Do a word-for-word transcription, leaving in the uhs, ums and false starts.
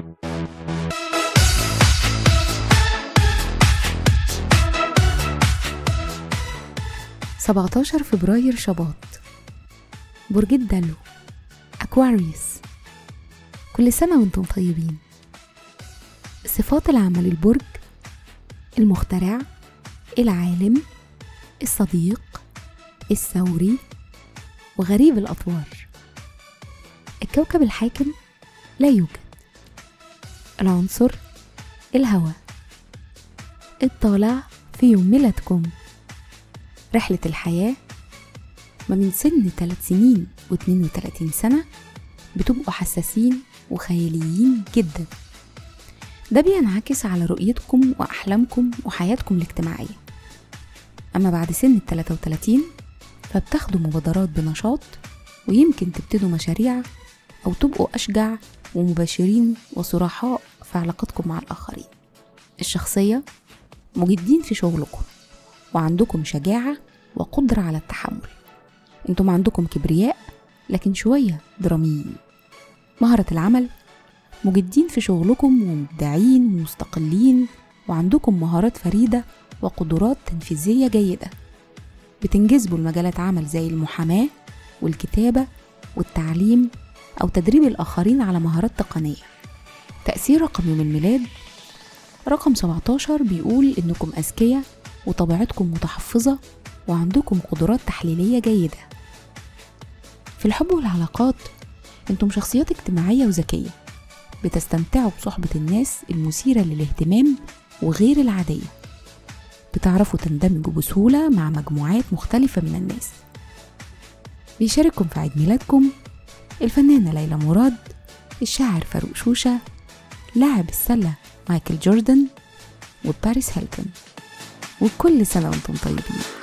سبعتاشر فبراير شباط، برج الدلو، أكواريوس. كل سنة وانتم طيبين. صفات العمل البرج: المخترع، العالم، الصديق، الثوري، وغريب الأطوار. الكوكب الحاكم لا يوجد. العنصر الهواء. الطالع في يوم ميلادكم. رحلة الحياة ما من سن ثلاث سنين واثنين وثلاثين سنة بتبقوا حساسين وخياليين جدا. ده بينعكس على رؤيتكم وأحلامكم وحياتكم الاجتماعية. أما بعد سن الثلاثة وثلاثين فبتاخدوا مبادرات بنشاط، ويمكن تبتدوا مشاريع أو تبقوا أشجع ومباشرين وصراحاء في علاقتكم مع الآخرين. الشخصية: مجدين في شغلكم وعندكم شجاعة وقدرة على التحمل. انتم عندكم كبرياء لكن شوية دراميين. مهارة العمل: مجدين في شغلكم ومبدعين ومستقلين وعندكم مهارات فريدة وقدرات تنفيذية جيدة. بتنجذبوا المجالات عمل زي المحاماة والكتابة والتعليم أو تدريب الآخرين على مهارات تقنية. تأثير رقم يوم الميلاد: رقم سبعتاشر بيقول إنكم أذكياء وطبيعتكم متحفظة وعندكم قدرات تحليلية جيدة. في الحب والعلاقات انتم شخصيات اجتماعية وذكية، بتستمتعوا بصحبة الناس المثيرة للاهتمام وغير العادية. بتعرفوا تندمجوا بسهولة مع مجموعات مختلفة من الناس. بيشارككم في عيد ميلادكم الفنانة ليلى مراد، الشاعر فاروق شوشة، لاعب السلة مايكل جوردن، وباريس هيلتون. وكل سنة وانتم طيبين.